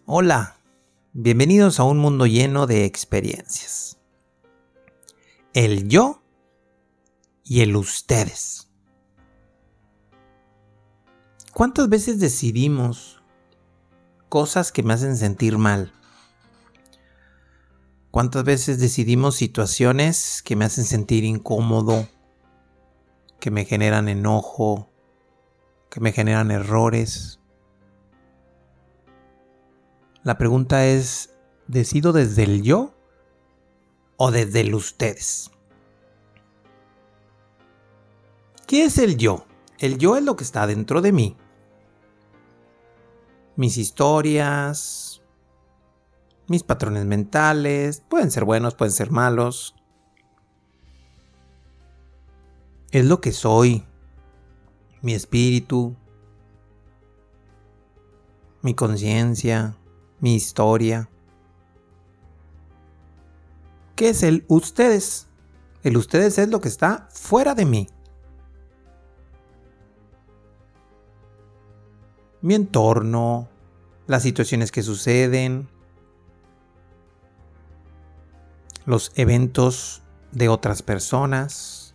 Hola, bienvenidos a un mundo lleno de experiencias. El yo y el ustedes. ¿Cuántas veces decidimos cosas que me hacen sentir mal? ¿Cuántas veces decidimos situaciones que me hacen sentir incómodo, que me generan enojo, que me generan errores? La pregunta es, ¿decido desde el yo o desde el ustedes? ¿Qué es el yo? El yo es lo que está dentro de mí. Mis historias, mis patrones mentales, pueden ser buenos, pueden ser malos. Es lo que soy, mi espíritu, mi conciencia, mi historia. ¿Qué es el ustedes? El ustedes es lo que está fuera de mí. Mi entorno, las situaciones que suceden, los eventos de otras personas.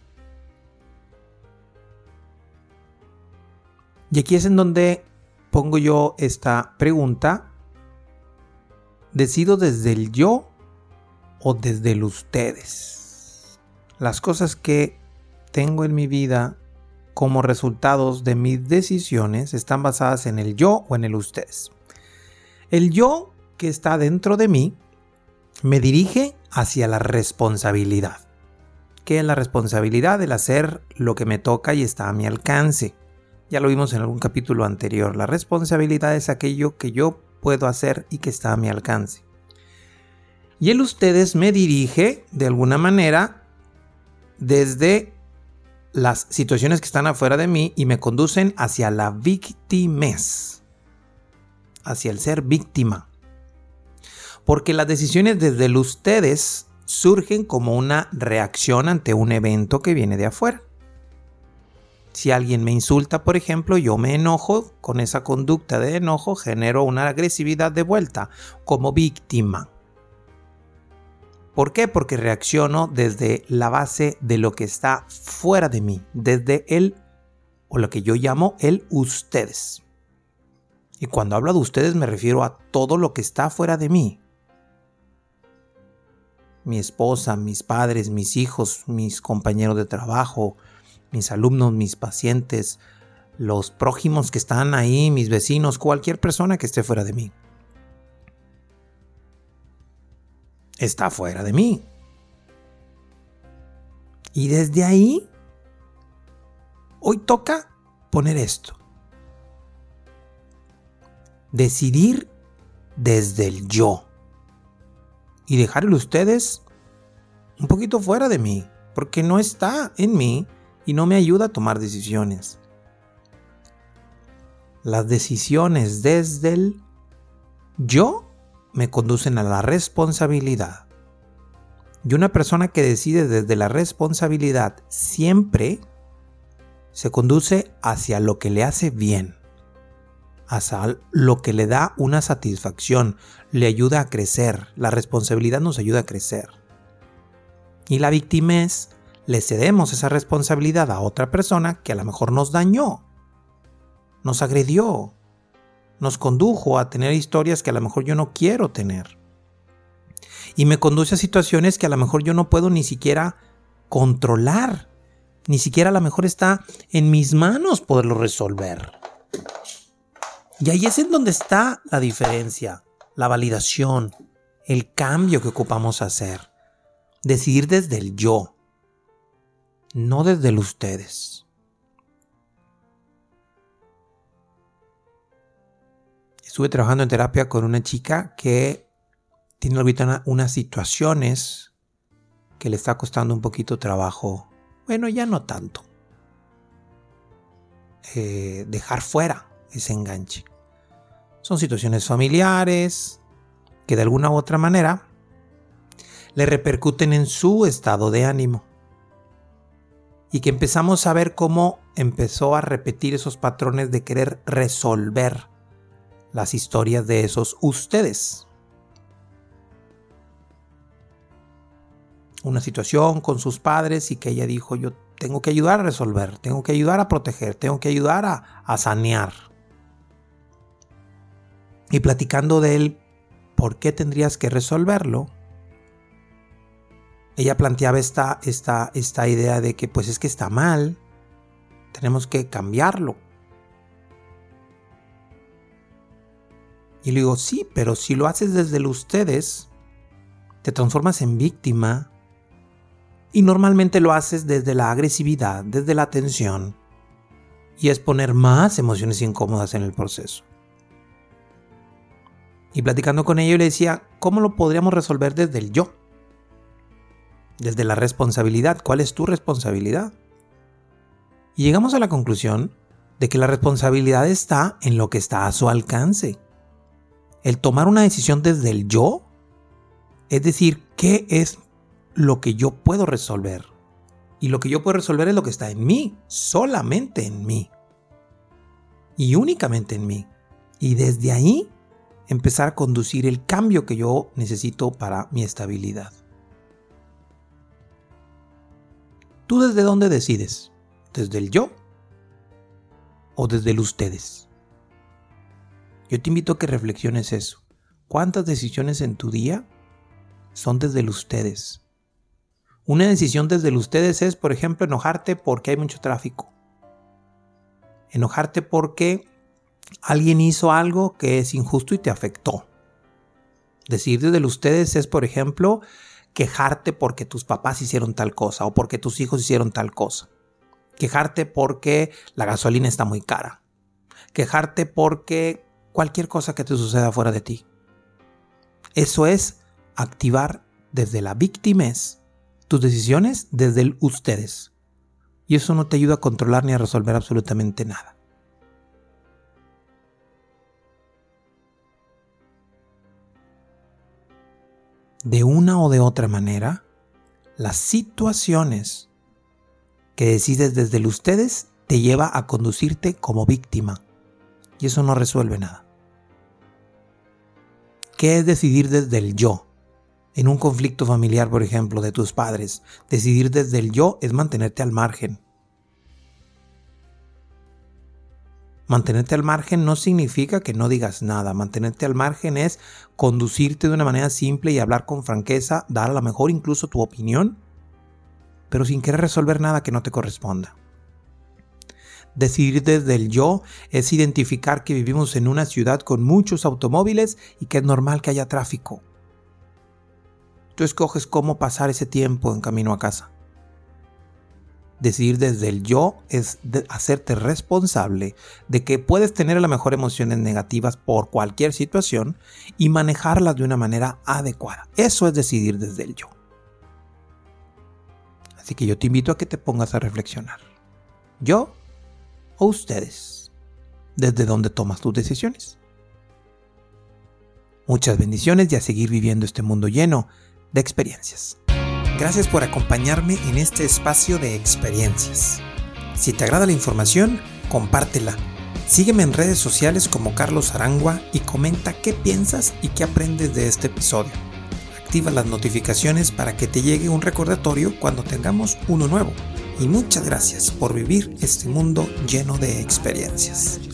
Y aquí es en donde pongo yo esta pregunta. ¿Decido desde el yo o desde el ustedes? Las cosas que tengo en mi vida como resultados de mis decisiones están basadas en el yo o en el ustedes. El yo que está dentro de mí me dirige hacia la responsabilidad. ¿Qué es la responsabilidad? El hacer lo que me toca y está a mi alcance. Ya lo vimos en algún capítulo anterior. La responsabilidad es aquello que yo puedo hacer y que está a mi alcance. Y el ustedes me dirige de alguna manera desde las situaciones que están afuera de mí y me conducen hacia la victimez, hacia el ser víctima. Porque las decisiones desde el ustedes surgen como una reacción ante un evento que viene de afuera. Si alguien me insulta, por ejemplo, yo me enojo, con esa conducta de enojo genero una agresividad de vuelta como víctima. ¿Por qué? Porque reacciono desde la base de lo que está fuera de mí, desde el, o lo que yo llamo el ustedes. Y cuando hablo de ustedes me refiero a todo lo que está fuera de mí. Mi esposa, mis padres, mis hijos, mis compañeros de trabajo, mis alumnos, mis pacientes, los prójimos que están ahí, mis vecinos, cualquier persona que esté fuera de mí. Está fuera de mí. Y desde ahí, hoy toca poner esto. Decidir desde el yo. Y dejarlo ustedes un poquito fuera de mí, porque no está en mí y no me ayuda a tomar decisiones. Las decisiones desde el yo me conducen a la responsabilidad. Y una persona que decide desde la responsabilidad siempre se conduce hacia lo que le hace bien, hacia lo que le da una satisfacción, le ayuda a crecer. La responsabilidad nos ayuda a crecer. Y la victimez, le cedemos esa responsabilidad a otra persona que a lo mejor nos dañó, nos agredió, nos condujo a tener historias que a lo mejor yo no quiero tener. Y me conduce a situaciones que a lo mejor yo no puedo ni siquiera controlar. Ni siquiera a lo mejor está en mis manos poderlo resolver. Y ahí es en donde está la diferencia, la validación, el cambio que ocupamos hacer. Decidir desde el yo, no desde el ustedes. Estuve trabajando en terapia con una chica que tiene ahorita unas situaciones que le está costando un poquito trabajo. Bueno, ya no tanto. Dejar fuera ese enganche. Son situaciones familiares que de alguna u otra manera le repercuten en su estado de ánimo. Y que empezamos a ver cómo empezó a repetir esos patrones de querer resolver las historias de esos ustedes. Una situación con sus padres y que ella dijo, yo tengo que ayudar a resolver, tengo que ayudar a proteger, tengo que ayudar a sanear. Y platicando de él, ¿por qué tendrías que resolverlo? Ella planteaba esta idea de que pues es que está mal, tenemos que cambiarlo. Y le digo, sí, pero si lo haces desde el ustedes, te transformas en víctima y normalmente lo haces desde la agresividad, desde la tensión, y es poner más emociones incómodas en el proceso. Y platicando con ella yo le decía, ¿cómo lo podríamos resolver desde el yo? Desde la responsabilidad. ¿Cuál es tu responsabilidad? Y llegamos a la conclusión de que la responsabilidad está en lo que está a su alcance. El tomar una decisión desde el yo, es decir, ¿qué es lo que yo puedo resolver? Y lo que yo puedo resolver es lo que está en mí, solamente en mí. Y únicamente en mí. Y desde ahí empezar a conducir el cambio que yo necesito para mi estabilidad. ¿Tú desde dónde decides? ¿Desde el yo o desde el ustedes? Yo te invito a que reflexiones eso. ¿Cuántas decisiones en tu día son desde el ustedes? Una decisión desde el ustedes es, por ejemplo, enojarte porque hay mucho tráfico. Enojarte porque alguien hizo algo que es injusto y te afectó. Decir desde el ustedes es, por ejemplo, quejarte porque tus papás hicieron tal cosa o porque tus hijos hicieron tal cosa. Quejarte porque la gasolina está muy cara. Quejarte porque cualquier cosa que te suceda fuera de ti. Eso es activar desde la victimez tus decisiones desde el ustedes. Y eso no te ayuda a controlar ni a resolver absolutamente nada. De una o de otra manera, las situaciones que decides desde el ustedes te lleva a conducirte como víctima. Y eso no resuelve nada. ¿Qué es decidir desde el yo? En un conflicto familiar, por ejemplo, de tus padres, decidir desde el yo es mantenerte al margen. Mantenerte al margen no significa que no digas nada. Mantenerte al margen es conducirte de una manera simple y hablar con franqueza, dar a lo mejor incluso tu opinión, pero sin querer resolver nada que no te corresponda. Decidir desde el yo es identificar que vivimos en una ciudad con muchos automóviles y que es normal que haya tráfico. Tú escoges cómo pasar ese tiempo en camino a casa. Decidir desde el yo es hacerte responsable de que puedes tener a lo mejor emociones negativas por cualquier situación y manejarlas de una manera adecuada. Eso es decidir desde el yo. Así que yo te invito a que te pongas a reflexionar. ¿Yo o ustedes? ¿Desde dónde tomas tus decisiones? Muchas bendiciones y a seguir viviendo este mundo lleno de experiencias. Gracias por acompañarme en este espacio de experiencias. Si te agrada la información, compártela. Sígueme en redes sociales como Carlos Arangua y comenta qué piensas y qué aprendes de este episodio. Activa las notificaciones para que te llegue un recordatorio cuando tengamos uno nuevo. Y muchas gracias por vivir este mundo lleno de experiencias.